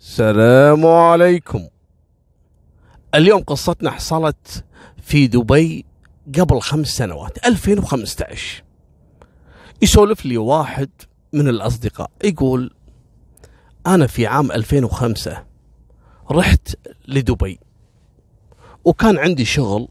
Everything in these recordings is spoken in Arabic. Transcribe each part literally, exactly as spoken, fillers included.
السلام عليكم. اليوم قصتنا حصلت في دبي قبل خمس سنوات ألفين وخمسة عشر. يسولف لي واحد من الأصدقاء يقول أنا في عام ألفين وخمسة رحت لدبي وكان عندي شغل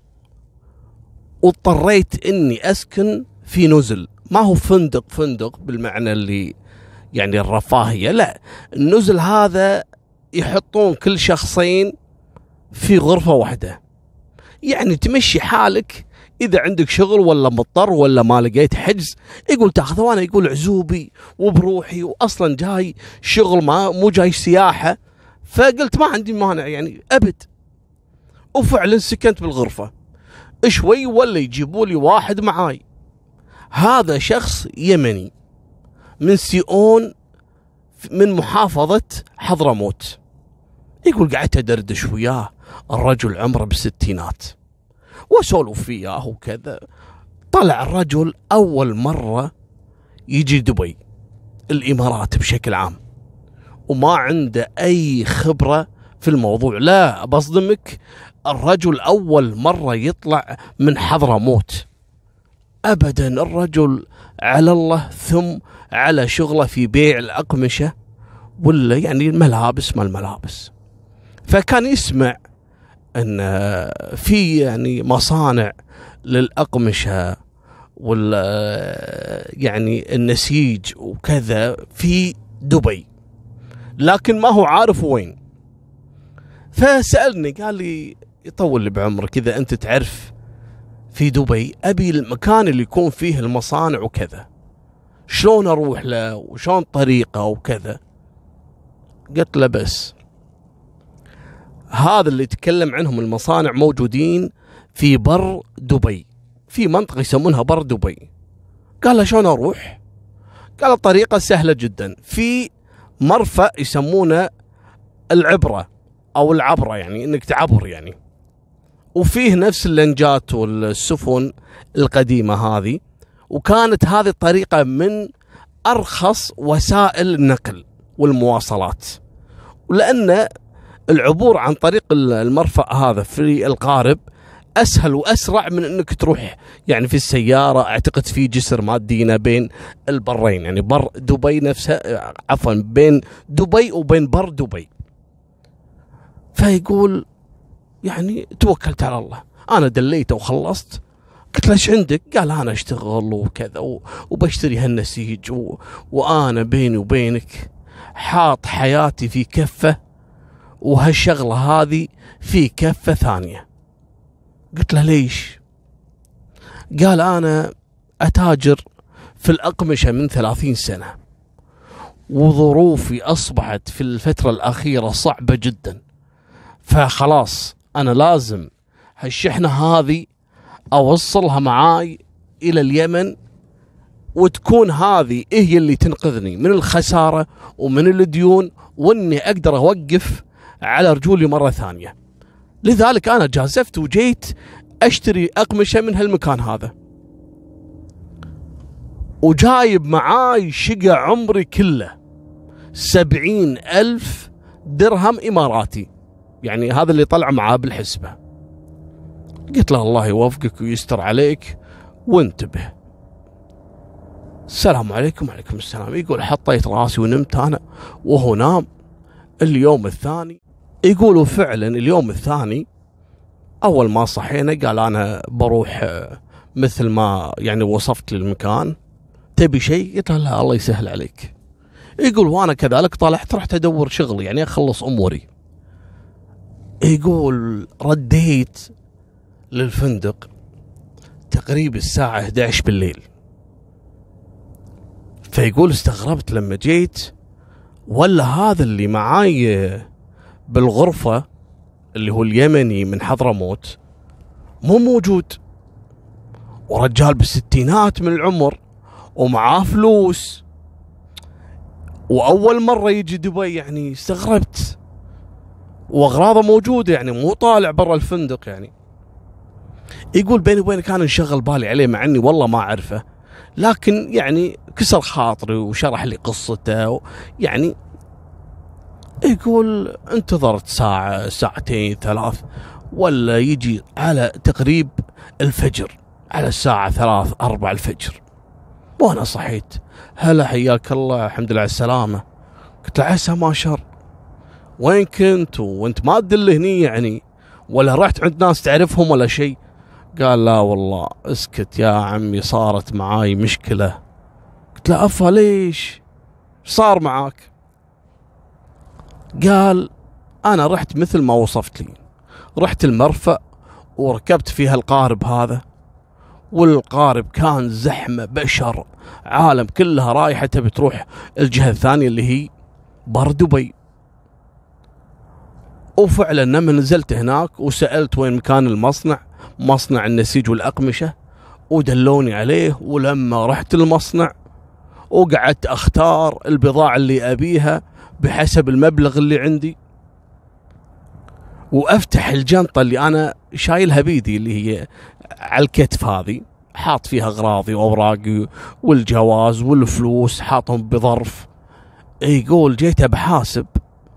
واضطريت إني أسكن في نزل، ما هو فندق فندق بالمعنى اللي يعني الرفاهية، لا، النزل هذا يحطون كل شخصين في غرفة واحدة، يعني تمشي حالك إذا عندك شغل ولا مضطر ولا ما لقيت حجز يقول تاخذه. وأنا يقول عزوبي وبروحي وأصلا جاي شغل، ما مو جاي سياحة، فقلت ما عندي مانع يعني أبد. وفعلا سكنت بالغرفة. شوي ولا يجيبوا لي واحد معاي، هذا شخص يمني من سيئون من محافظة حضرموت. يقول قعدت أدردش وياه، الرجل عمره بالستينات وسولف فيه وكذا. طلع الرجل أول مرة يجي دبي الإمارات بشكل عام وما عنده أي خبرة في الموضوع. لا بصدمك، الرجل أول مرة يطلع من حضرموت أبدا. الرجل على الله ثم على شغله في بيع الأقمشة ولا يعني الملابس ما الملابس. فكان يسمع أن في يعني مصانع للأقمشة ولا يعني النسيج وكذا في دبي، لكن ما هو عارف وين. فسألني قال لي يطول لي بعمرك إذا أنت تعرف في دبي أبي المكان اللي يكون فيه المصانع وكذا، شلون أروح له وشلون طريقة وكذا. قلت له بس هذا اللي يتكلم عنهم المصانع موجودين في بر دبي، في منطقة يسمونها بر دبي. قال له شلون أروح؟ قال الطريقة سهلة جدا، في مرفأ يسمونه العبرة أو العبرة، يعني إنك تعبر يعني، وفيه نفس اللنجات والسفن القديمة هذه، وكانت هذه الطريقة من أرخص وسائل النقل والمواصلات، ولأن العبور عن طريق المرفأ هذا في القارب أسهل وأسرع من أنك تروح يعني في السيارة. أعتقد في جسر مادينا بين البرين، يعني بر دبي نفسها، عفوا بين دبي وبين بر دبي. فيقول يعني توكلت على الله، أنا دليته وخلصت. قلت له ايش عندك؟ قال أنا أشتغل وكذا وبشتري هالنسيج و... وأنا بيني وبينك حاط حياتي في كفة وهالشغلة هذه في كفة ثانية. قلت له ليش؟ قال أنا أتاجر في الأقمشة من ثلاثين سنة وظروفي أصبحت في الفترة الأخيرة صعبة جدا، فخلاص أنا لازم هالشحنة هذه أوصلها معاي إلى اليمن، وتكون هذه هي اللي تنقذني من الخسارة ومن الديون، وإني أقدر أوقف على رجولي مرة ثانية. لذلك أنا جازفت وجيت أشتري أقمشة من هالمكان هذا، وجايب معاي شقة عمري كله سبعين ألف درهم إماراتي، يعني هذا اللي طلع معاه بالحسبة. قلت له الله يوفقك ويستر عليك وانتبه. السلام عليكم. وعليكم السلام. يقول حطيت راسي ونمت أنا وهو نام. اليوم الثاني يقولوا فعلا اليوم الثاني أول ما صحينا قال أنا بروح مثل ما يعني وصفت للمكان، تبي شيء؟ قلت له لا الله يسهل عليك. يقول وأنا كذلك طلعت رحت أدور شغل يعني أخلص أموري. يقول رديت للفندق تقريبا الساعة إحدى عشر بالليل. فيقول استغربت لما جيت ولا هذا اللي معاي بالغرفة اللي هو اليمني من حضرموت مو موجود، ورجال بالستينات من العمر ومعاه فلوس وأول مرة يجي دبي، يعني استغربت وأغراضه موجودة يعني مو طالع برا الفندق يعني. يقول بيني وبينك كان انشغل بالي عليه مع اني والله ما اعرفه، لكن يعني كسر خاطري وشرح لي قصته يعني. يقول انتظرت ساعة ساعتين ثلاث، ولا يجي على تقريب الفجر، على الساعة ثلاث أربع الفجر، وأنا صحيت. هلا حياك الله، الحمد لله على السلامة. قلت له عسى ما شر، وين كنت وانت ما تدل هني يعني، ولا رحت عند ناس تعرفهم ولا شيء؟ قال لا والله. اسكت يا عمي، صارت معاي مشكلة. قلت له أفا ليش؟ صار معاك؟ قال أنا رحت مثل ما وصفت لي، رحت المرفأ وركبت فيها القارب هذا، والقارب كان زحمة بشر، عالم كلها رايحة تبي تروح الجهة الثانية اللي هي بر دبي. وفعلا لما نزلت هناك وسألت وين مكان المصنع، مصنع النسيج والأقمشة، ودلوني عليه. ولما رحت المصنع وقعدت أختار البضاعة اللي أبيها بحسب المبلغ اللي عندي، وأفتح الجنطة اللي أنا شايلها بيدي اللي هي على الكتف هذه، حاط فيها أغراضي وأوراقي والجواز والفلوس، حاطهم بظرف. يقول جيت بحاسب،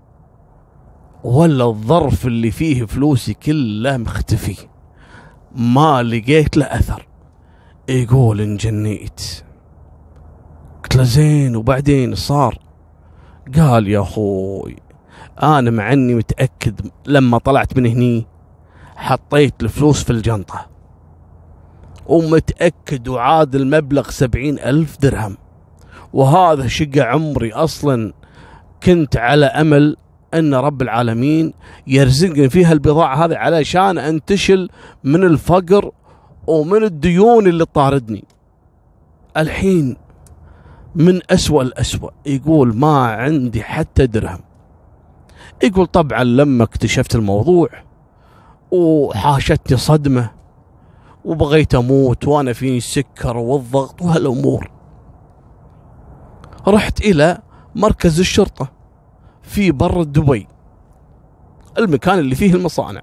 ولا الظرف اللي فيه فلوسي كله مختفي، ما لقيت له أثر. يقول انجنيت. قلت له زين وبعدين صار؟ قال يا أخوي أنا مع أني متأكد لما طلعت من هني حطيت الفلوس في الجنطة، ومتأكد وعاد المبلغ سبعين ألف درهم، وهذا شقة عمري أصلا كنت على أمل أن رب العالمين يرزقني فيها البضاعة هذه علشان أنتشل من الفقر ومن الديون اللي طاردني. الحين من أسوأ الأسوأ. يقول ما عندي حتى درهم. يقول طبعا لما اكتشفت الموضوع وحاشتني صدمة، وبغيت أموت وأنا فيني السكر والضغط وهالأمور، رحت إلى مركز الشرطة في بر دبي، المكان اللي فيه المصانع.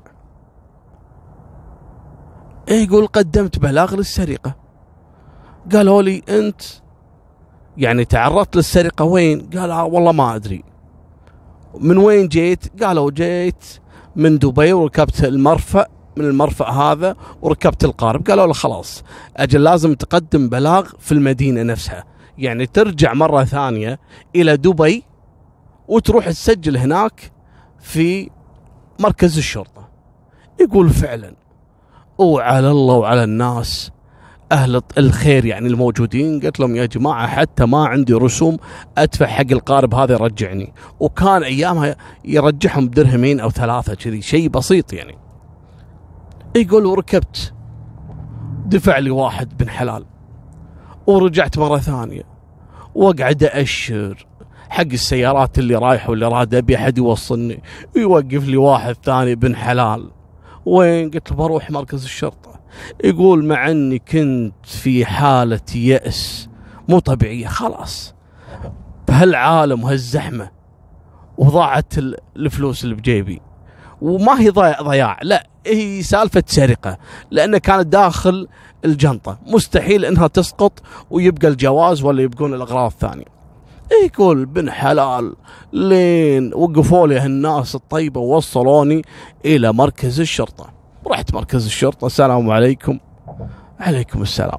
يقول قدمت بلاغ للسرقة. قالوا لي أنت يعني تعرضت للسرقة وين؟ قال والله ما أدري. من وين جيت؟ قالوا جيت من دبي وركبت المرفأ، من المرفأ هذا وركبت القارب. قالوا له خلاص أجل لازم تقدم بلاغ في المدينة نفسها، يعني ترجع مرة ثانية إلى دبي وتروح تسجل هناك في مركز الشرطة. يقول فعلا وعلى الله وعلى الناس أهل الخير يعني الموجودين، قلت لهم يا جماعة حتى ما عندي رسوم أدفع حق القارب هذا يرجعني، وكان أيامها يرجعهم بدرهمين أو ثلاثة كذي، شيء بسيط يعني. يقول وركبت، دفع لي واحد بن حلال، ورجعت مرة ثانية وقعد أشر حق السيارات اللي رايحة واللي راد أبي أحد يوصلني، يوقف لي واحد ثاني بن حلال. وين؟ قلت له بروح مركز الشرطة. يقول مع أني كنت في حالة يأس مو طبيعية، خلاص بهالعالم وهالزحمة، وضاعت الفلوس اللي بجيبي، وما هي ضياع، لا هي سالفة سرقة، لأنها كانت داخل الجنطة، مستحيل أنها تسقط ويبقى الجواز ولا يبقون الأغراض الثانية. يقول بن حلال لين وقفوا لي هالناس الطيبة ووصلوني إلى مركز الشرطة. رحت مركز الشرطة، السلام عليكم. عليكم السلام،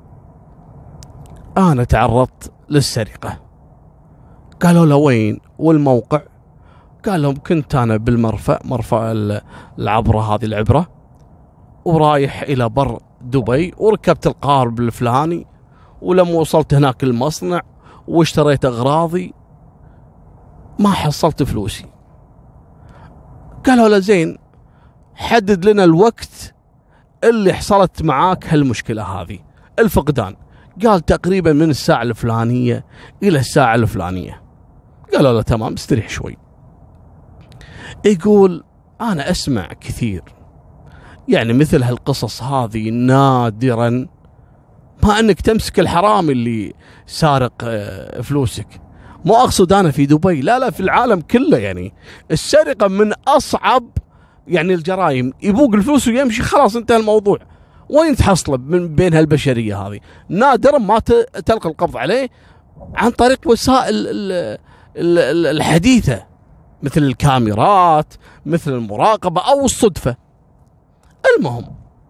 أنا تعرضت للسرقة. قالوا له وين والموقع؟ قال لهم كنت أنا بالمرفأ، مرفأ العبرة هذه العبرة، ورايح إلى بر دبي، وركبت القارب الفلاني، ولما وصلت هناك المصنع واشتريت أغراضي ما حصلت فلوسي. قالوا له زين حدد لنا الوقت اللي حصلت معاك هالمشكلة هذه الفقدان. قال تقريبا من الساعة الفلانية إلى الساعة الفلانية. قالوا له تمام استريح شوي. يقول أنا أسمع كثير يعني مثل هالقصص هذه نادرا ما أنك تمسك الحرامي اللي سارق فلوسك. مو أقصد أنا في دبي، لا لا في العالم كله، يعني السرقة من أصعب يعني الجرائم. يبوق الفلوس ويمشي، خلاص انتهى الموضوع. وين تحصله من بين هالبشرية هذه؟ نادرا ما تلقى القبض عليه عن طريق وسائل الحديثة مثل الكاميرات، مثل المراقبة أو الصدفة. المهم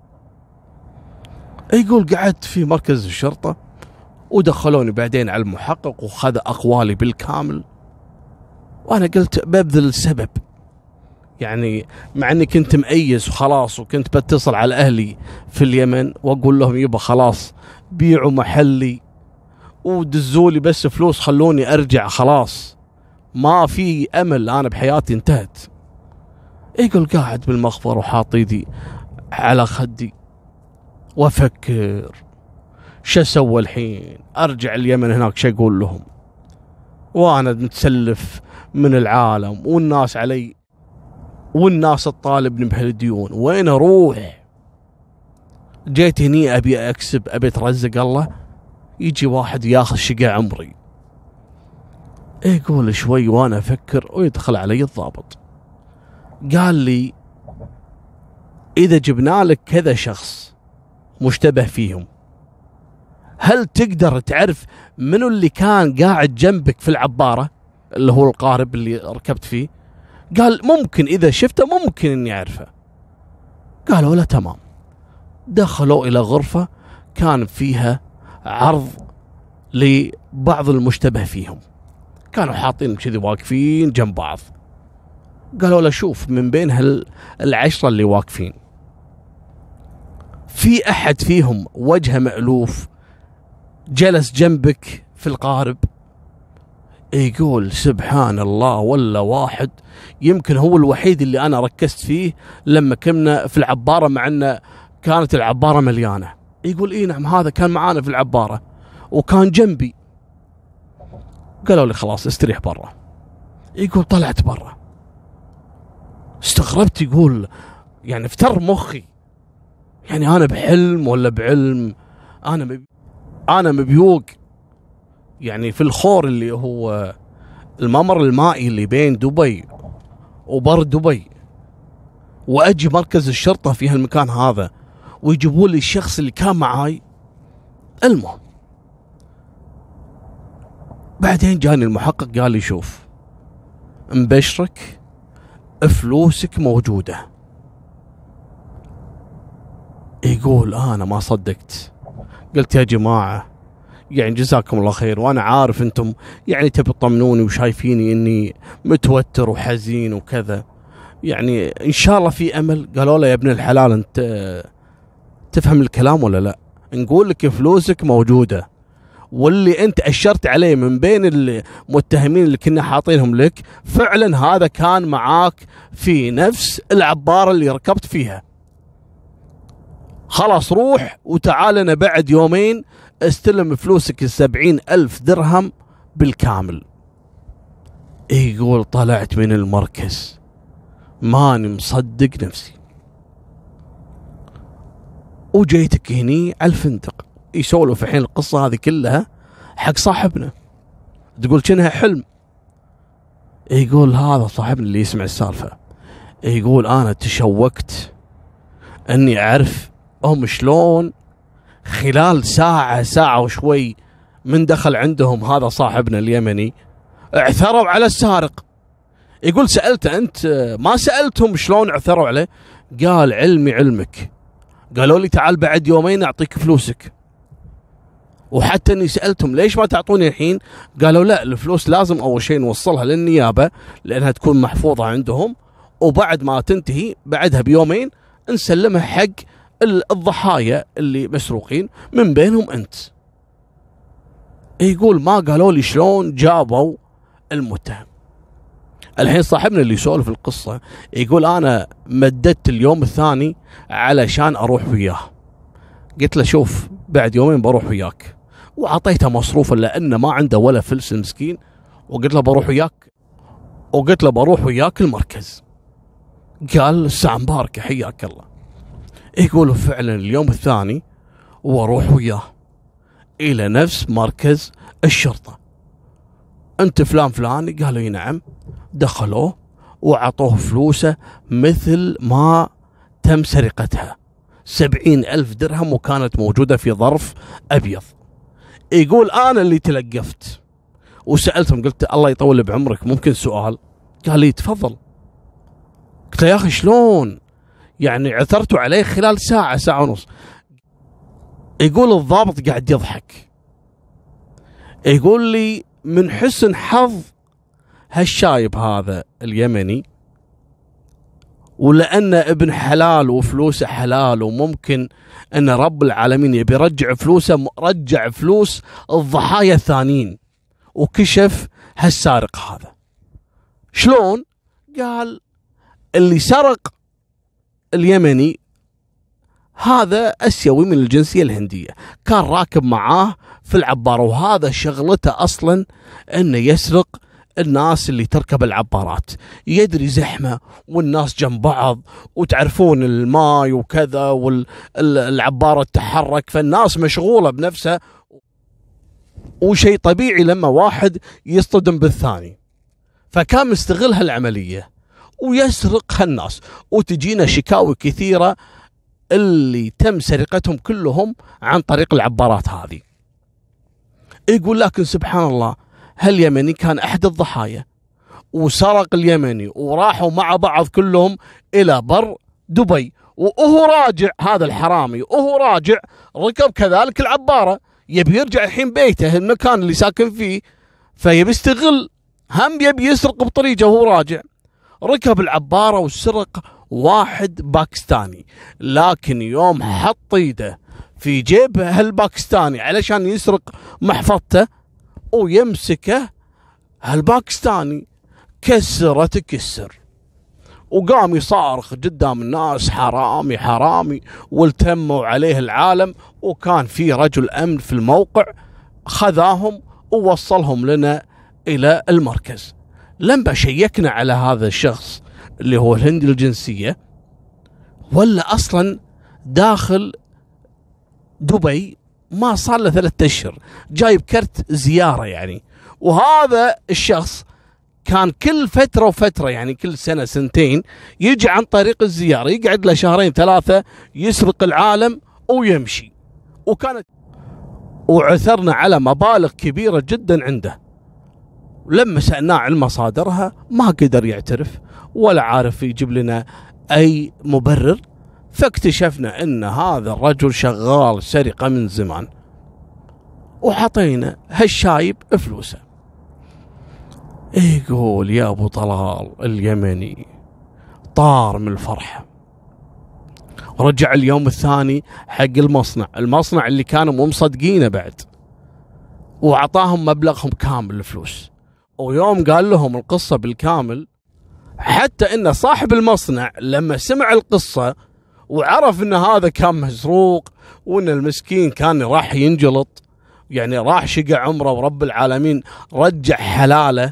يقول قعدت في مركز الشرطة ودخلوني بعدين على المحقق وخذ أقوالي بالكامل، وأنا قلت ببذل السبب، يعني مع أني كنت مأيس وخلاص، وكنت بتصل على أهلي في اليمن وأقول لهم يبا خلاص بيعوا محلي ودزولي بس فلوس خلوني أرجع، خلاص ما في أمل، أنا بحياتي انتهت. يقول قاعد بالمخبر وحاط ايدي على خدي وأفكر شو أسوى الحين، أرجع اليمن هناك شو أقول لهم، وأنا متسلف من العالم والناس علي والناس تطالبني بهالديون، وين أروح؟ جيت هني أبي أكسب، أبي أترزق الله، يجي واحد ياخذ شقة عمري. يقول شوي وأنا أفكر ويدخل علي الضابط قال لي إذا جبنا لك كذا شخص مشتبه فيهم، هل تقدر تعرف منو اللي كان قاعد جنبك في العبارة اللي هو القارب اللي ركبت فيه؟ قال ممكن إذا شفته ممكن إني أعرفه. قالوا لا تمام. دخلوا إلى غرفة كان فيها عرض لبعض المشتبه فيهم، كانوا حاطين كذي واقفين جنب بعض. قالوا له شوف من بين هالعشرة اللي واقفين في أحد فيهم وجهه مألوف جلس جنبك في القارب؟ يقول سبحان الله ولا واحد، يمكن هو الوحيد اللي أنا ركزت فيه لما كنا في العبارة، مع أن كانت العبارة مليانة. يقول إيه نعم هذا كان معانا في العبارة وكان جنبي. قالوا لي خلاص استريح برا. يقول طلعت برا استغربت، يقول يعني افتر مخي، يعني أنا بحلم ولا بعلم؟ أنا مب... أنا مبيوق يعني في الخور اللي هو الممر المائي اللي بين دبي وبر دبي، وأجي مركز الشرطة في هالمكان هذا ويجيبوا لي الشخص اللي كان معاي. المهم بعدين جاني المحقق قال لي شوف مبشرك فلوسك موجودة. يقول أنا ما صدقت، قلت يا جماعة يعني جزاكم الله خير، وأنا عارف أنتم يعني تبي تطمنوني وشايفيني إني متوتر وحزين وكذا، يعني إن شاء الله في أمل. قالوا له يا ابن الحلال أنت تفهم الكلام ولا لا؟ نقول لك فلوسك موجودة، واللي أنت أشرت عليه من بين المتهمين اللي كنا حاطينهم لك فعلا هذا كان معاك في نفس العبارة اللي ركبت فيها. خلاص روح وتعال لنا بعد يومين استلم فلوسك السبعين ألف درهم بالكامل. يقول طلعت من المركز ماني مصدق نفسي، وجيتك هني على الفندق يسولف الحين القصة هذه كلها حق صاحبنا، تقول كأنها حلم. يقول هذا صاحبنا اللي يسمع السالفة يقول أنا تشوقت أني أعرف هم شلون خلال ساعة ساعة وشوي من دخل عندهم هذا صاحبنا اليمني اعثروا على السارق. يقول سألته أنت ما سألتهم شلون اعثروا عليه؟ قال علمي علمك، قالوا لي تعال بعد يومين أعطيك فلوسك، وحتى أني سألتهم ليش ما تعطوني الحين؟ قالوا لا الفلوس لازم أول شيء نوصلها للنيابة لأنها تكون محفوظة عندهم، وبعد ما تنتهي بعدها بيومين نسلمها حق الضحايا اللي مسروقين من بينهم أنت. يقول ما قالوا لي شلون جابوا المتهم. الحين صاحبنا اللي يسولف القصة يقول أنا مددت اليوم الثاني علشان أروح وياه، قلت له شوف بعد يومين بروح وياك، وعطيته مصروفا لأنه ما عنده ولا فلس مسكين، وقلت له بروح وياك وقلت له بروح وياك المركز. قال الساعة مباركة حياك الله. يقولوا فعلا اليوم الثاني واروح وياه الى نفس مركز الشرطة. انت فلان فلاني؟ قالوا لي نعم. دخلوه وعطوه فلوسه مثل ما تم سرقتها، سبعين ألف درهم، وكانت موجودة في ظرف أبيض. يقول أنا اللي تلقفت وسألتهم قلت الله يطول بعمرك ممكن سؤال؟ قال لي تفضل. قلت له يا أخي شلون يعني عثرتوا عليه خلال ساعة ساعة ونص؟ يقول الضابط قاعد يضحك، يقول لي من حسن حظ هالشايب هذا اليمني، ولأن ابن حلال وفلوسه حلال وممكن أن رب العالمين يبي يرجع فلوسه، رجع فلوس الضحايا الثانيين وكشف هالسارق هذا. شلون؟ قال اللي سرق اليمني هذا اسيوي من الجنسيه الهنديه، كان راكب معاه في العباره، وهذا شغلته اصلا انه يسرق الناس اللي تركب العبارات، يدري زحمه والناس جنب بعض وتعرفون الماي وكذا والعباره تتحرك، فالناس مشغوله بنفسها، وشيء طبيعي لما واحد يصطدم بالثاني. فكان مستغل هالعمليه ويسرق هالناس، وتجينا شكاوي كثيره اللي تم سرقتهم كلهم عن طريق العبارات هذه. يقول لكن سبحان الله هاليمني كان أحد الضحايا، وسرق اليمني وراحوا مع بعض كلهم إلى بر دبي، وهو راجع هذا الحرامي وهو راجع ركب كذلك العبارة، يبي يرجع الحين بيته المكان اللي ساكن فيه، فيبي يستغل، هم يبي يسرق بطريقه وهو راجع. ركب العبارة وسرق واحد باكستاني، لكن يوم حط ايده في جيب هالباكستاني علشان يسرق محفظته ويمسكه، هالباكستاني كسره تكسر، وقام يصارخ قدام الناس حرامي حرامي، والتموا عليه العالم. وكان في رجل أمن في الموقع خذاهم ووصلهم لنا إلى المركز. لما شيكنا على هذا الشخص اللي هو الهندي الجنسية، ولا أصلا داخل دبي ما صار له ثلاثة أشهر، جايب كرت زيارة يعني. وهذا الشخص كان كل فترة وفترة يعني كل سنة سنتين يجي عن طريق الزيارة، يقعد له شهرين ثلاثة يسرق العالم ويمشي. وكانت وعثرنا على مبالغ كبيرة جدا عنده، ولما سألناه عن مصادرها ما قدر يعترف ولا عارف يجيب لنا أي مبرر. فاكتشفنا أن هذا الرجل شغال سرقة من زمان، وحطينا هالشايب فلوسه. يقول يا أبو طلال اليمني طار من الفرحة، رجع اليوم الثاني حق المصنع المصنع اللي كانوا مو مصدقينه بعد، وعطاهم مبلغهم كامل الفلوس. ويوم قال لهم القصة بالكامل، حتى ان صاحب المصنع لما سمع القصة وعرف ان هذا كان مسروق وان المسكين كان راح ينجلط، يعني راح شقع عمره ورب العالمين رجع حلاله،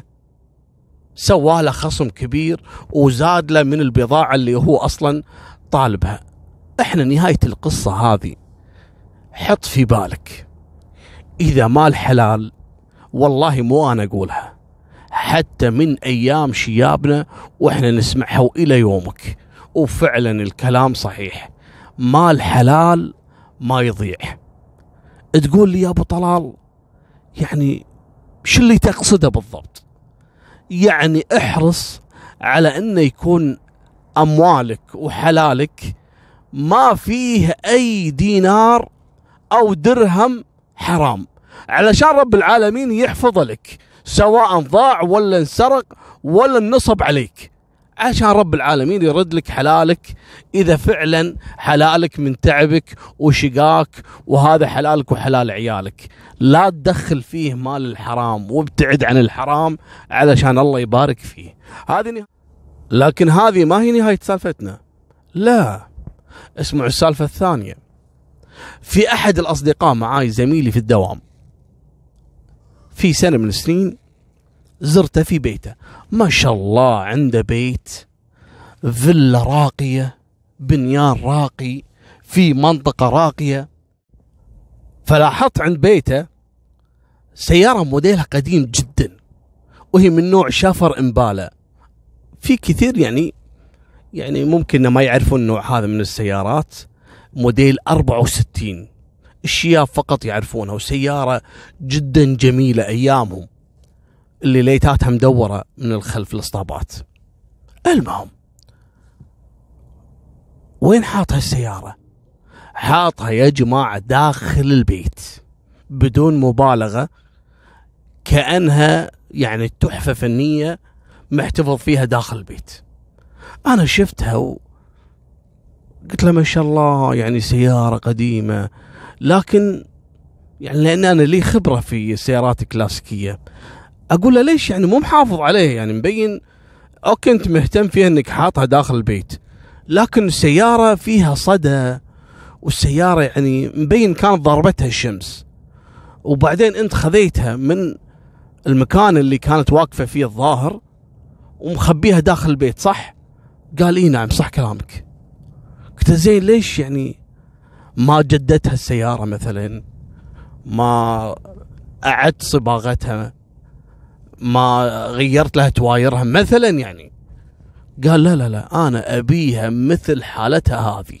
سواله خصم كبير وزاد له من البضاعة اللي هو اصلا طالبها. احنا نهاية القصة هذه حط في بالك، اذا مال حلال والله مو انا اقولها، حتى من ايام شيابنا واحنا نسمعها والى يومك، وفعلا الكلام صحيح، مال حلال ما يضيع. تقول لي يا ابو طلال يعني شو اللي تقصده بالضبط؟ يعني احرص على انه يكون اموالك وحلالك ما فيه اي دينار او درهم حرام، علشان رب العالمين يحفظ لك، سواء ضاع ولا انسرق ولا النصب عليك، عشان رب العالمين يرد لك حلالك. إذا فعلا حلالك من تعبك وشقاك، وهذا حلالك وحلال عيالك، لا تدخل فيه مال الحرام، وابتعد عن الحرام علشان الله يبارك فيه. هذه نه... لكن هذه ما هي نهاية سالفتنا، لا، اسمعوا السالفة الثانية. في أحد الأصدقاء معاي زميلي في الدوام، في سنة من السنين زرته في بيته، ما شاء الله عنده بيت فيلا راقية، بنيان راقي في منطقة راقية. فلاحظت عند بيته سيارة موديلها قديم جدا، وهي من نوع شافر امبالا. في كثير يعني يعني ممكن ما يعرفون النوع هذا من السيارات، موديل أربعة وستين، الشياب فقط يعرفونها، وسيارة جدا جميلة أيامهم اللي ليتاتها مدورة من الخلف الاسطابات. المهم وين حاطها السيارة؟ حاطها يا جماعة داخل البيت بدون مبالغة، كأنها يعني تحفة فنية محتفظ فيها داخل البيت. أنا شفتها وقلت له ما شاء الله، يعني سيارة قديمة، لكن يعني لأن أنا لي خبرة في السيارات الكلاسيكية، أقول له ليش يعني مو محافظ عليه؟ يعني مبين أوكي أنت مهتم فيها أنك حاطها داخل البيت، لكن السيارة فيها صدى، والسيارة يعني مبين كانت ضربتها الشمس، وبعدين أنت خذيتها من المكان اللي كانت واقفة فيه الظاهر ومخبيها داخل البيت، صح؟ قال إيه نعم صح كلامك. قلت زين ليش يعني ما جددتها السيارة مثلا، ما أعدت صباغتها، ما غيرت لها توايرها مثلا يعني؟ قال لا لا لا أنا أبيها مثل حالتها هذه،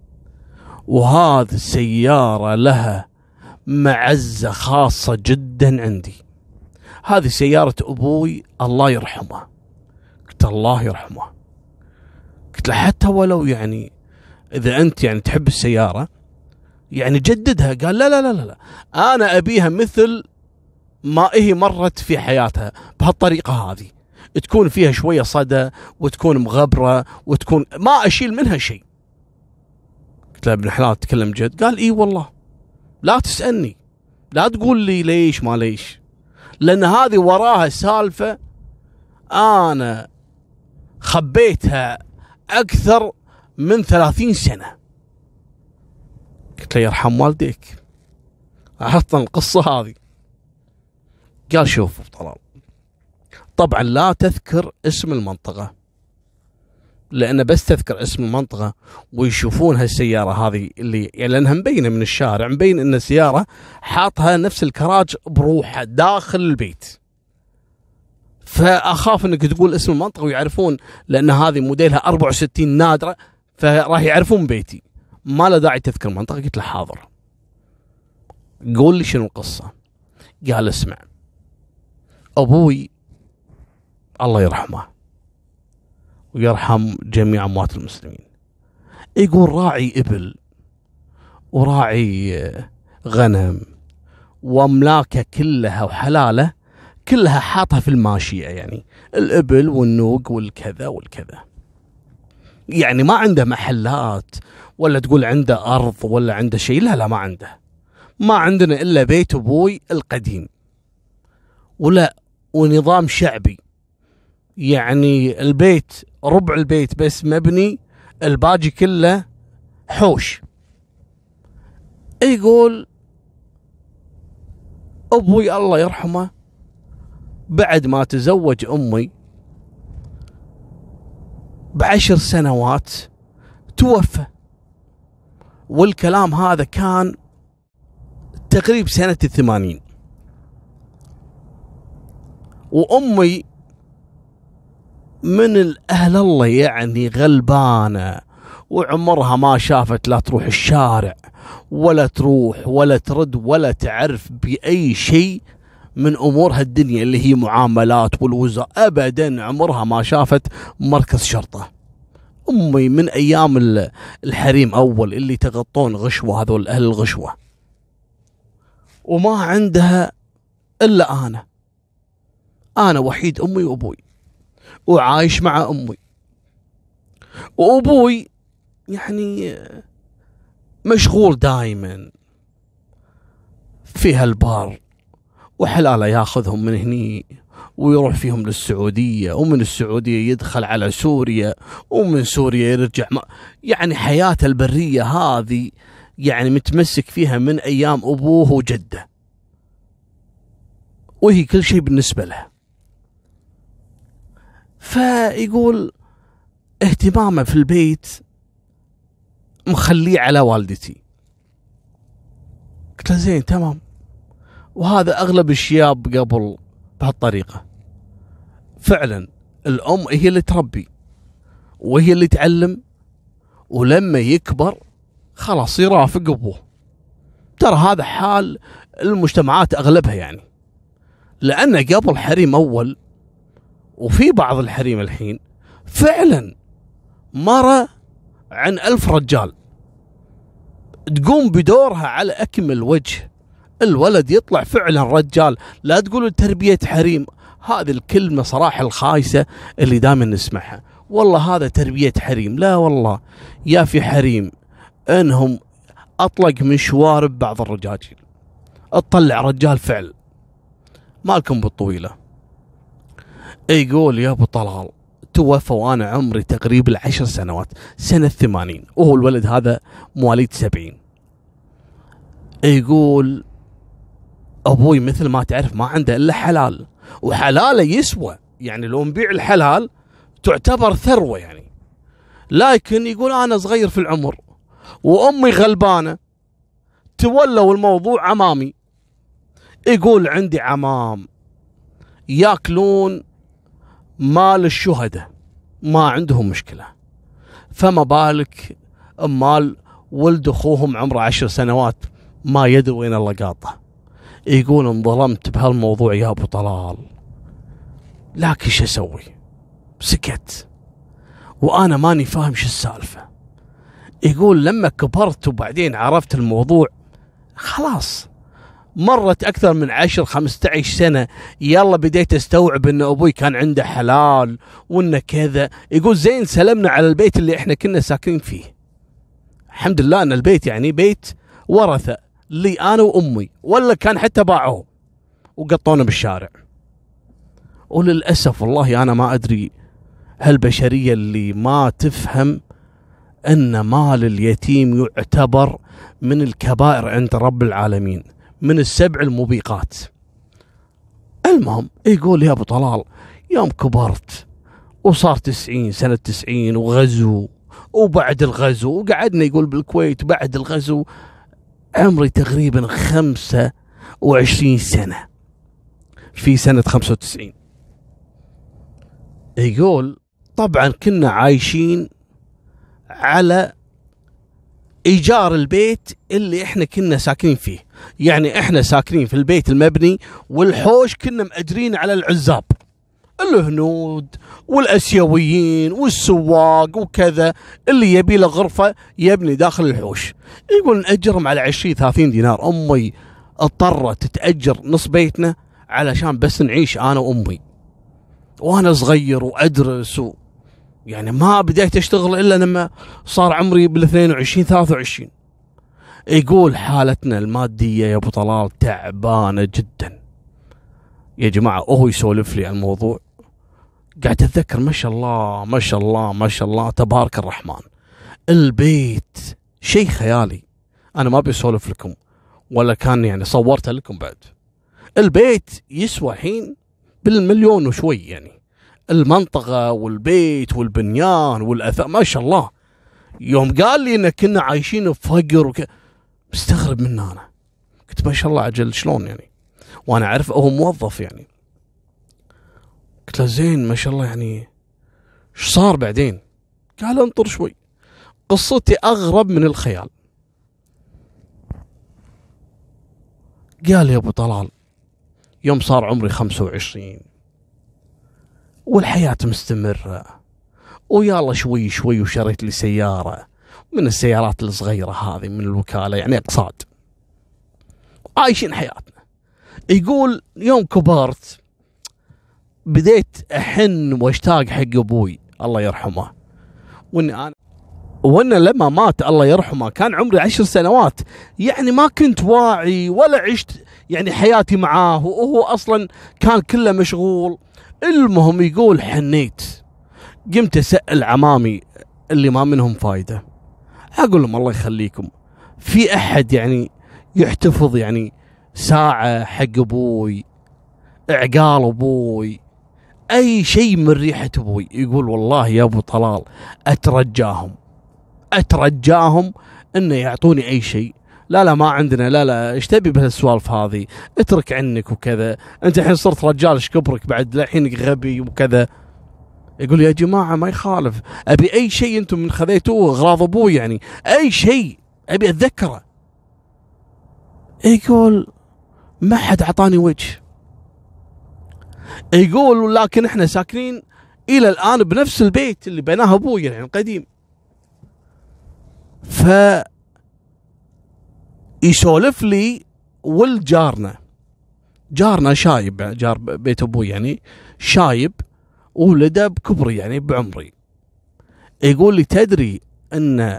وهذه السيارة لها معزة خاصة جدا عندي، هذه سيارة أبوي الله يرحمه. قلت الله يرحمه. قلت له حتى ولو يعني إذا أنت يعني تحب السيارة يعني جددها. قال لا لا لا لا أنا أبيها مثل ما هي مرت في حياتها بهالطريقة هذه، تكون فيها شوية صدى وتكون مغبرة وتكون ما أشيل منها شيء. قلت له ابن حلال تكلم جد؟ قال إيه والله، لا تسألني، لا تقول لي ليش ما ليش، لأن هذه وراها سالفة أنا خبيتها أكثر من ثلاثين سنة. قلت له يرحم والديك عطنا القصة هذه. قال شوف أبو طلال، طبعا لا تذكر اسم المنطقة، لأن بس تذكر اسم المنطقة ويشوفون هالسيارة هذه اللي يعني لأنها مبينة من الشارع، مبين إن السيارة حاطها نفس الكراج بروحها داخل البيت، فأخاف إنك تقول اسم المنطقة ويعرفون، لأن هذه موديلها أربعة وستين نادرة، فراح يعرفون بيتي، ما له داعي تذكر المنطقة. قلت له حاضر، قول لي شنو القصة. قال اسمع، أبوي الله يرحمه ويرحم جميع أموات المسلمين، يقول راعي إبل وراعي غنم وأملاكه كلها وحلاله كلها حاطها في الماشية، يعني الإبل والنوق والكذا والكذا، يعني ما عنده محلات ولا تقول عنده أرض ولا عنده شيء، لا لا ما عنده، ما عندنا إلا بيت أبوي القديم، ولا ونظام شعبي، يعني البيت ربع البيت بس مبني، الباقي كله حوش. يقول أبوي الله يرحمه بعد ما تزوج أمي بعشر سنوات توفى، والكلام هذا كان تقريب سنة الثمانين، وأمي من الأهل الله يعني غلبانة، وعمرها ما شافت لا تروح الشارع ولا تروح ولا ترد ولا تعرف بأي شيء من أمور هالدنيا اللي هي معاملات والوزارة، أبدا عمرها ما شافت مركز شرطة. أمي من أيام الحريم أول اللي تغطون غشوة، هذول أهل الغشوة، وما عندها إلا أنا أنا وحيد أمي وأبوي، وعايش مع أمي، وأبوي يعني مشغول دائما في هالبار، وحلاله ياخذهم من هني ويروح فيهم للسعودية، ومن السعودية يدخل على سوريا، ومن سوريا يرجع، يعني حياة البرية هذه يعني متمسك فيها من أيام أبوه وجده، وهي كل شيء بالنسبة له. فيقول اهتمامه في البيت مخليه على والدتي. قلت له زين تمام، وهذا أغلب الشياب قبل بهالطريقة، فعلا الأم هي اللي تربي وهي اللي تعلم، ولما يكبر خلاص يرافق أبوه. ترى هذا حال المجتمعات أغلبها، يعني لأن قبل حريم أول وفي بعض الحريم الحين فعلا مرة عن ألف رجال تقوم بدورها على أكمل وجه. الولد يطلع فعلا رجال، لا تقولوا تربية حريم، هذه الكلمة صراحة الخايسة اللي دائما نسمعها، والله هذا تربية حريم. لا والله يا في حريم انهم اطلق من شوارب بعض الرجاجيل، اطلع رجال فعل مالكم بالطويلة. يقول يا ابو طلال توفى وانا عمري تقريبا العشر سنوات، سنة ثمانين، وهو الولد هذا مواليد سبعين. يقول ابوي مثل ما تعرف ما عنده الا حلال، وحلاله يسوى، يعني لو نبيع الحلال تعتبر ثروة يعني. لكن يقول انا صغير في العمر وامي غلبانة، تولوا الموضوع عمامي. يقول عندي عمام ياكلون مال الشهداء ما عندهم مشكلة، فما بالك مال ولد اخوهم عمره عشر سنوات ما يدري وين الله قاطه. يقول انظلمت بهالموضوع يا ابو طلال، لكن شو اسوي؟ سكت وانا ماني فاهم شو السالفة. يقول لما كبرت وبعدين عرفت الموضوع خلاص، مرت اكثر من عشر خمسة عشر سنة، يلا بديت استوعب ان ابوي كان عنده حلال وانه كذا. يقول زين سلمنا على البيت اللي احنا كنا ساكنين فيه، الحمد لله ان البيت يعني بيت ورثة لي انا وامي، ولا كان حتى باعوه وقطونا بالشارع. وللاسف والله انا ما ادري هالبشرية اللي ما تفهم ان مال اليتيم يعتبر من الكبائر عند رب العالمين، من السبع الموبقات. المهم يقول يا ابو طلال يوم كبرت وصار تسعين سنة تسعين وغزو، وبعد الغزو وقعدنا يقول بالكويت بعد الغزو عمري تقريبا خمسة وعشرين سنة في سنة خمسة وتسعين. يقول طبعا كنا عايشين على ايجار البيت اللي احنا كنا ساكنين فيه، يعني احنا ساكنين في البيت المبني والحوش كنا مأجرين على العزاب، الهنود والاسيويين والسواق وكذا، اللي يبي له غرفة يبني داخل الحوش. يقول نأجرهم على عشرين ثلاثين دينار. امي اضطرت تتأجر نص بيتنا علشان بس نعيش انا وامي، وانا صغير وادرس و يعني ما بديت اشتغل الا لما صار عمري بالاثنين وعشرين ثلاثة وعشرين. يقول حالتنا المادية يا ابو طلال تعبانة جدا يا جماعة. وهو يسولف لي عن الموضوع قاعد اتذكر ما شاء الله ما شاء الله ما شاء الله تبارك الرحمن، البيت شيء خيالي. انا ما بيسولف لكم ولا كان يعني صورته لكم بعد. البيت يسوى الحين بالمليون وشوي، يعني المنطقة والبيت والبنيان والأثاث ما شاء الله. يوم قال لي إن كنا عايشين بفقر وك... مستغرب منه أنا، قلت ما شاء الله عجل شلون يعني، وأنا أعرف هو موظف يعني. قلت له زين ما شاء الله يعني إيش صار بعدين؟ قال انطر شوي، قصتي أغرب من الخيال. قال يا أبو طلال يوم صار عمري خمسة وعشرين والحياة مستمرة ويلا شوي شوي وشريت لي سيارة من السيارات الصغيرة هذه من الوكالة، يعني اقتصاد، عايشين حياتنا. يقول يوم كبرت بديت أحن واشتاق حق أبوي الله يرحمه، وإن أنا وإن لما مات الله يرحمه كان عمري عشر سنوات، يعني ما كنت واعي ولا عشت يعني حياتي معاه، وهو أصلا كان كله مشغول. المهم يقول حنيت، قمت أسأل عمامي اللي ما منهم فايدة، أقول لهم الله يخليكم في أحد يعني يحتفظ يعني ساعة حق أبوي، إعقال أبوي، أي شيء من ريحة أبوي. يقول والله يا أبو طلال أترجاهم أترجاهم إنه يعطوني أي شيء. لا لا ما عندنا، لا لا ايش تبي بهالسوالف هذه، اترك عنك وكذا، انت الحين صرت رجال ايش كبرك بعد الحين غبي وكذا. يقول يا جماعة ما يخالف، ابي اي شيء انتم من خذيتوه اغراض ابوي، يعني اي شيء ابي اتذكره. يقول ما حد اعطاني وجه. يقول لكن احنا ساكنين الى الان بنفس البيت اللي بناه ابوي يعني القديم. ف يسولف لي ولد جارنا، جارنا شايب، جار بيت ابوي يعني شايب، ولده بكبري يعني بعمري. يقول لي تدري ان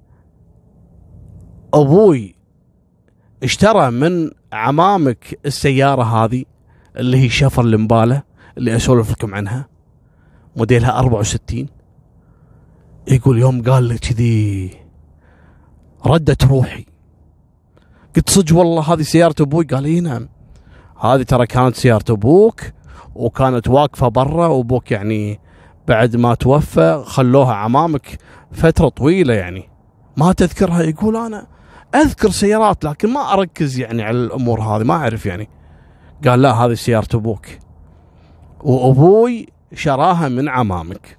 ابوي اشترى من عمامك السيارة هذه اللي هي شفر المبالة اللي اسولف لكم عنها، موديلها أربعة وستين. يقول يوم قال لي كذي ردت روحي، قلت صدق والله هذه سيارة ابوي؟ قال اي نعم، هذه ترى كانت سيارة ابوك وكانت واقفة برا، وابوك يعني بعد ما توفى خلوها عمامك فترة طويلة يعني ما تذكرها. يقول انا اذكر سيارات لكن ما اركز يعني على الامور هذه، ما اعرف يعني. قال لا هذه سيارة ابوك وابوي شراها من عمامك.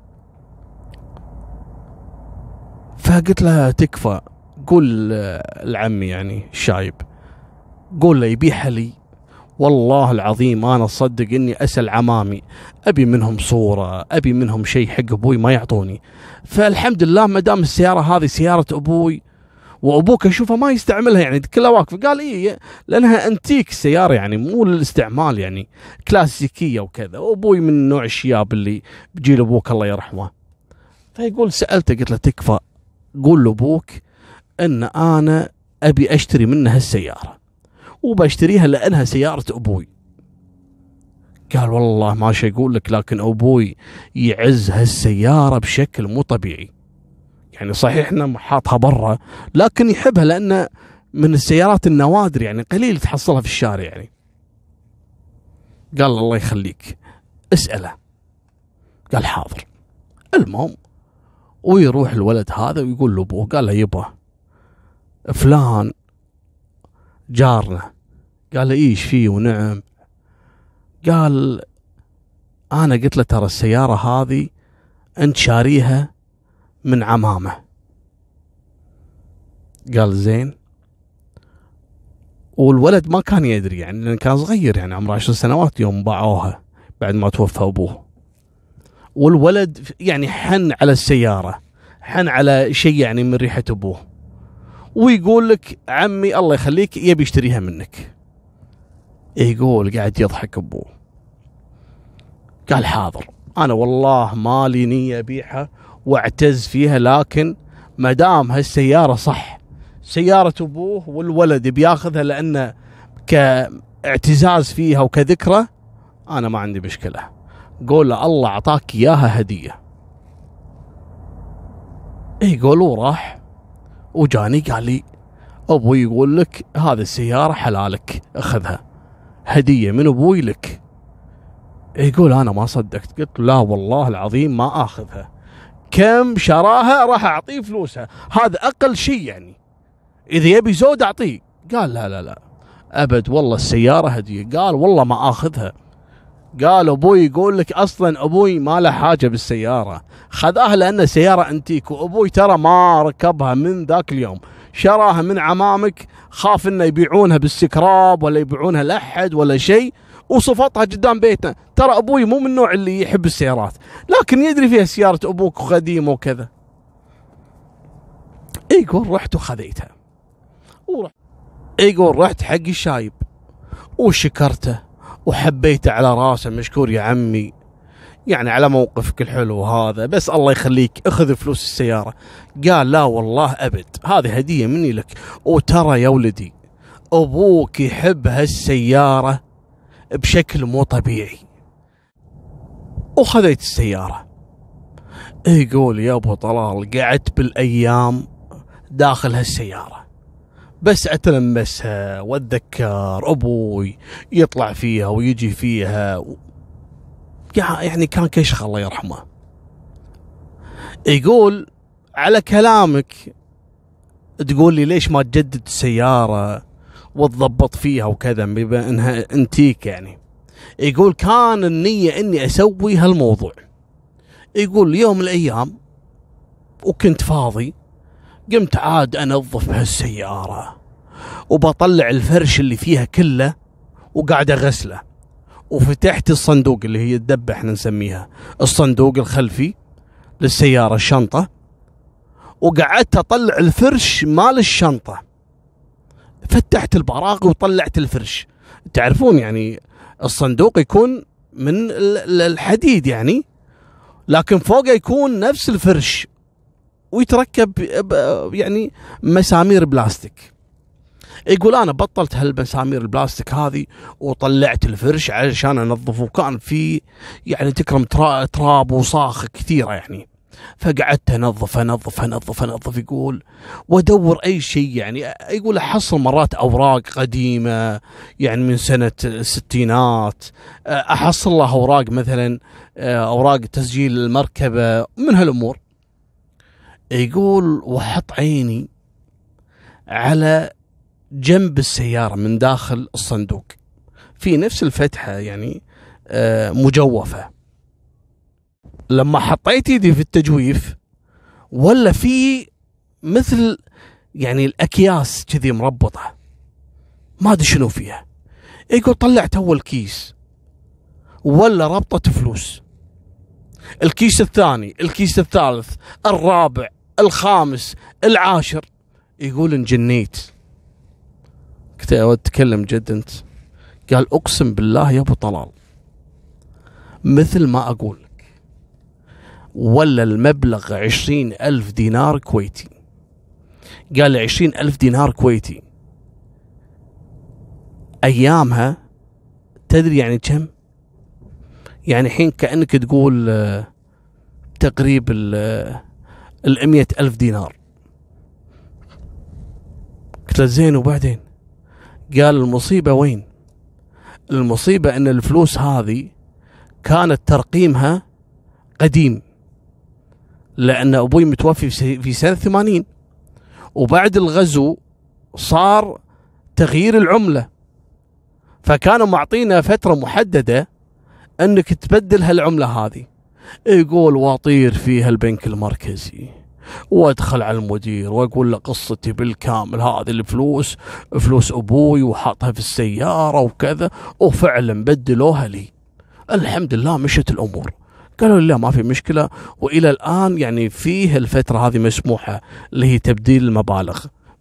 فقلت له تكفى، قول لعمي يعني الشايب، قول له يبيعها لي، والله العظيم انا اصدق اني اسال عمامي ابي منهم صوره، ابي منهم شيء حق ابوي ما يعطوني. فالحمد لله ما دام السياره هذه سياره ابوي وابوك اشوفها ما يستعملها يعني كلها واقفه. قال اي لانها انتيك السياره يعني مو للاستعمال يعني كلاسيكيه وكذا، وابوي من نوع الشياب اللي بجيل ابوك الله يرحمه. فيقول سالته قلت له تكفى، قول لابوك ان انا ابي اشتري منه هالسياره وبشتريها لانها سياره ابوي. قال والله ما شي اقول لك، لكن ابوي يعز هالسياره بشكل مو طبيعي يعني. صحيح انه حاطها برا لكن يحبها لانه من السيارات النوادر يعني قليل تحصلها في الشارع يعني. قال الله يخليك اساله. قال حاضر. المهم ويروح الولد هذا ويقول لابوه، قال له يبا فلان جارنا. قال له ايش فيه؟ ونعم. قال انا قلت له ترى السيارة هذه انت شاريها من عمامه. قال زين. والولد ما كان يدري يعني لأنه كان صغير يعني عمره عشر سنوات يوم باعوها بعد ما توفى ابوه. والولد يعني حن على السيارة، حن على شيء يعني من ريحة ابوه، ويقول لك عمي الله يخليك يبي يشتريها منك. يقول قاعد يضحك ابوه. قال حاضر، انا والله مالي نية ابيعها واعتز فيها، لكن ما دام هالسيارة صح سيارة ابوه والولد بياخذها لانه كاعتزاز فيها وكذكرى، انا ما عندي مشكلة. قول له الله اعطاك اياها هدية. يقول وراح وجاني قال لي ابوي يقول لك هذه السيارة حلالك اخذها هدية من ابوي لك. يقول انا ما صدقت، قلت لا والله العظيم ما اخذها، كم شراها راح اعطيه فلوسها، هذا اقل شيء يعني، اذا يبي زود اعطيه. قال لا لا لا ابد والله السيارة هدية. قال والله ما اخذها. قال ابوي يقول لك اصلا ابوي ما له حاجة بالسيارة، خذاها لان سيارة انتيك، وابوي ترى ما ركبها من ذاك اليوم، شراها من عمامك، خاف انه يبيعونها بالسكراب ولا يبيعونها لاحد ولا شيء، وصفطها قدام بيتنا. ترى ابوي مو من النوع اللي يحب السيارات، لكن يدري فيها سيارة ابوك وقديمة وكذا. يقول رحت وخذيتها ورحت. يقول رحت حق الشايب وشكرته وحبيته على راسه، مشكور يا عمي يعني على موقفك الحلو هذا، بس الله يخليك اخذ فلوس السيارة. قال لا والله ابد، هذه هدية مني لك، وترى يا ولدي ابوك يحب هالسيارة بشكل مو طبيعي. وخذيت السيارة. يقول يا ابو طلال قعدت بالايام داخل هالسيارة بس اتلمسها واتذكر ابوي يطلع فيها ويجي فيها و... يعني كان كشخ الله يرحمه. يقول على كلامك تقول لي ليش ما تجدد السيارة وتضبط فيها وكذا بما انها انتيك يعني. يقول كان النية اني اسوي هالموضوع. يقول يوم من الايام وكنت فاضي قمت عاد انظف بهالسيارة وبطلع الفرش اللي فيها كله وقاعد اغسله وفتحت الصندوق اللي هي الدبة احنا نسميها، الصندوق الخلفي للسيارة، الشنطة، وقعدت اطلع الفرش مال الشنطة. فتحت البراغي وطلعت الفرش. تعرفون يعني الصندوق يكون من الحديد يعني، لكن فوقه يكون نفس الفرش، ويتركب يعني مسامير بلاستيك. يقول انا بطلت هالمسامير البلاستيك هذه وطلعت الفرش علشان انظفه، كان في يعني تكرم تراب وصاخ كثيره يعني. فقعدت انظف انظف انظف انظف يقول، وادور اي شيء يعني. يقول احصل مرات اوراق قديمه يعني من سنه الستينات، احصل لها اوراق مثلا اوراق تسجيل المركبه من هالامور. يقول واحط عيني على جنب السيارة من داخل الصندوق في نفس الفتحة يعني مجوفة. لما حطيت يدي في التجويف ولا في مثل يعني الأكياس كذي مربطة، ما أدري شنو فيها. يقول طلعت أول كيس ولا ربطة فلوس، الكيس الثاني، الكيس الثالث، الرابع، الخامس، العاشر. يقول انجنيت. كنت أتكلم جد أنت؟ قال أقسم بالله يا أبو طلال مثل ما أقول لك، ولا المبلغ عشرين ألف دينار كويتي. قال عشرين ألف دينار كويتي أيامها تدري يعني كم؟ يعني حين كأنك تقول تقريب المئة ألف دينار. قلت له زين وبعدين؟ قال المصيبة وين؟ المصيبة أن الفلوس هذه كانت ترقيمها قديم، لأن أبوي متوفي في سنة ثمانين، وبعد الغزو صار تغيير العملة، فكانوا معطينا فترة محددة أنك تبدل هالعملة هذه. يقول واطير فيها البنك المركزي وادخل على المدير واقول له قصتي بالكامل، هذه الفلوس فلوس ابوي وحاطها في السياره وكذا، وفعلا بدلوها لي. الحمد لله مشت الامور. قالوا لا ما في مشكله، والى الان يعني فيه الفتره هذه مسموحه اللي هي تبديل المبالغ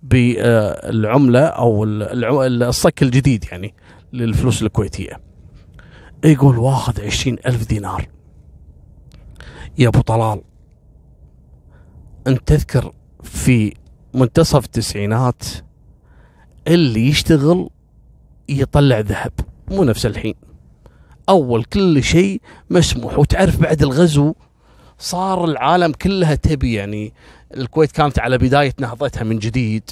بالعمله او الصك الجديد يعني للفلوس الكويتيه. يقول واخذ عشرين ألف دينار. يا ابو طلال انت تذكر في منتصف التسعينات اللي يشتغل يطلع ذهب، مو نفس الحين. اول كل شيء مسموح، وتعرف بعد الغزو صار العالم كلها تبي يعني. الكويت كانت على بداية نهضتها من جديد،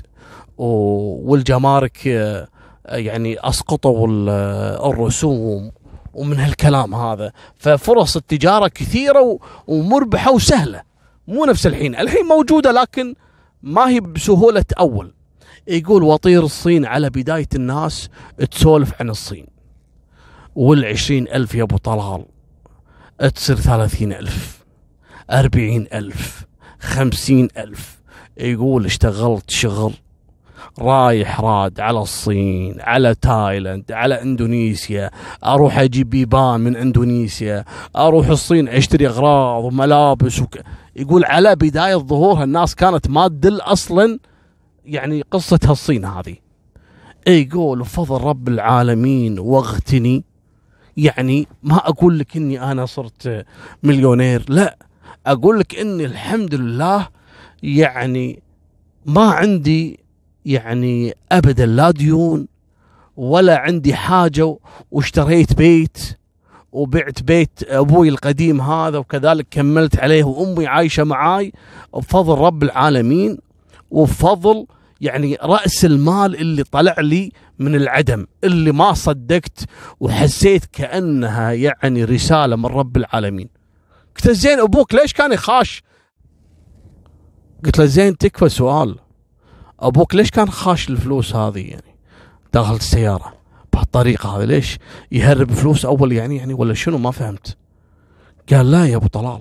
والجمارك يعني اسقطوا الرسوم ومن هالكلام هذا، ففرص التجارة كثيرة ومربحة وسهلة، مو نفس الحين. الحين موجودة لكن ما هي بسهولة أول. يقول وطير الصين على بداية الناس تسولف عن الصين، والعشرين ألف يا أبو طلال تصير ثلاثين ألف، أربعين ألف، خمسين ألف. يقول اشتغلت شغل رايح راد على الصين، على تايلاند، على اندونيسيا، اروح اجيب بيبان من اندونيسيا، اروح الصين اشتري اغراض وملابس وك... يقول على بداية ظهورها الناس كانت ما تدل اصلا يعني قصة هالصين هذه. يقول بفضل رب العالمين واغتني، يعني ما اقول لك اني انا صرت مليونير، لا، اقول لك اني الحمد لله يعني ما عندي يعني ابدا لا ديون ولا عندي حاجة، واشتريت بيت وبعت بيت ابوي القديم هذا، وكذلك كملت عليه، وامي عايشة معاي بفضل رب العالمين، وبفضل يعني رأس المال اللي طلع لي من العدم، اللي ما صدقت وحسيت كأنها يعني رسالة من رب العالمين. قلت له زين ابوك ليش كان يخاش؟ قلت له زين تكفى سؤال، ابوك ليش كان خاش الفلوس هذه يعني داخل السيارة بهالطريقة هذه؟ ليش يهرب فلوس اول يعني يعني ولا شنو؟ ما فهمت. قال لا يا ابو طلال،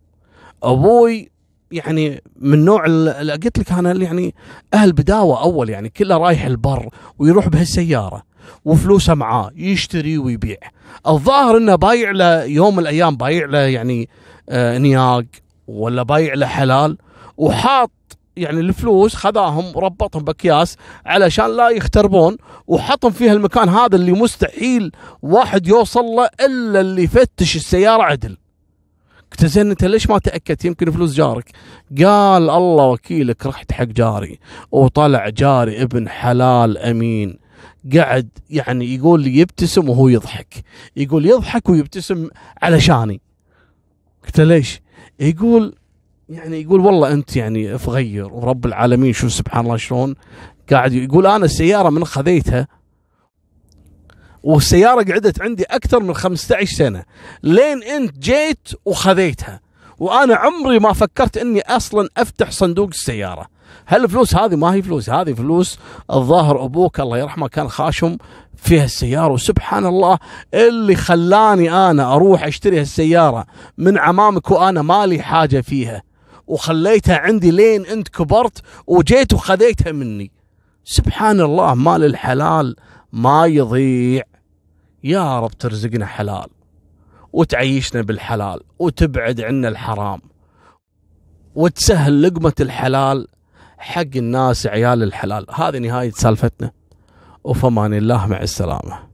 ابوي يعني من نوع اللي قلت لك انا يعني اهل بداوة اول، يعني كله رايح البر ويروح بهالسيارة، وفلوسه معاه يشتري ويبيع. الظاهر انه بايع له يوم من الايام، بايع له يعني آه نياق ولا بايع له حلال، وحاط يعني الفلوس خذاهم ربطهم باكياس علشان لا يختربون، وحطهم فيها المكان هذا اللي مستحيل واحد يوصل له الا اللي يفتش السياره عدل. قلت زين انت ليش ما تاكدت يمكن فلوس جارك؟ قال الله وكيلك رحت حق جاري وطلع جاري ابن حلال امين، قعد يعني يقول لي يبتسم وهو يضحك، يقول يضحك ويبتسم علشاني. قلت ليش؟ يقول يعني يقول والله انت يعني فغير ورب العالمين شو سبحان الله شلون قاعد يقول انا السياره من خذيتها، والسياره قعدت عندي اكثر من خمسة عشر سنه لين انت جيت وخذيتها، وانا عمري ما فكرت اني اصلا افتح صندوق السياره. هالفلوس هذه ما هي فلوس، هذه فلوس الظاهر ابوك الله يرحمه كان خاشم فيها السياره، وسبحان الله اللي خلاني انا اروح اشتري هالسياره من عمامك وانا مالي حاجه فيها، وخليتها عندي لين انت كبرت وجيت وخذيتها مني. سبحان الله مال الحلال ما يضيع. يا رب ترزقنا حلال وتعيشنا بالحلال وتبعد عنا الحرام وتسهل لقمة الحلال حق الناس عيال الحلال. هذه نهاية سالفتنا، وفمان الله، مع السلامة.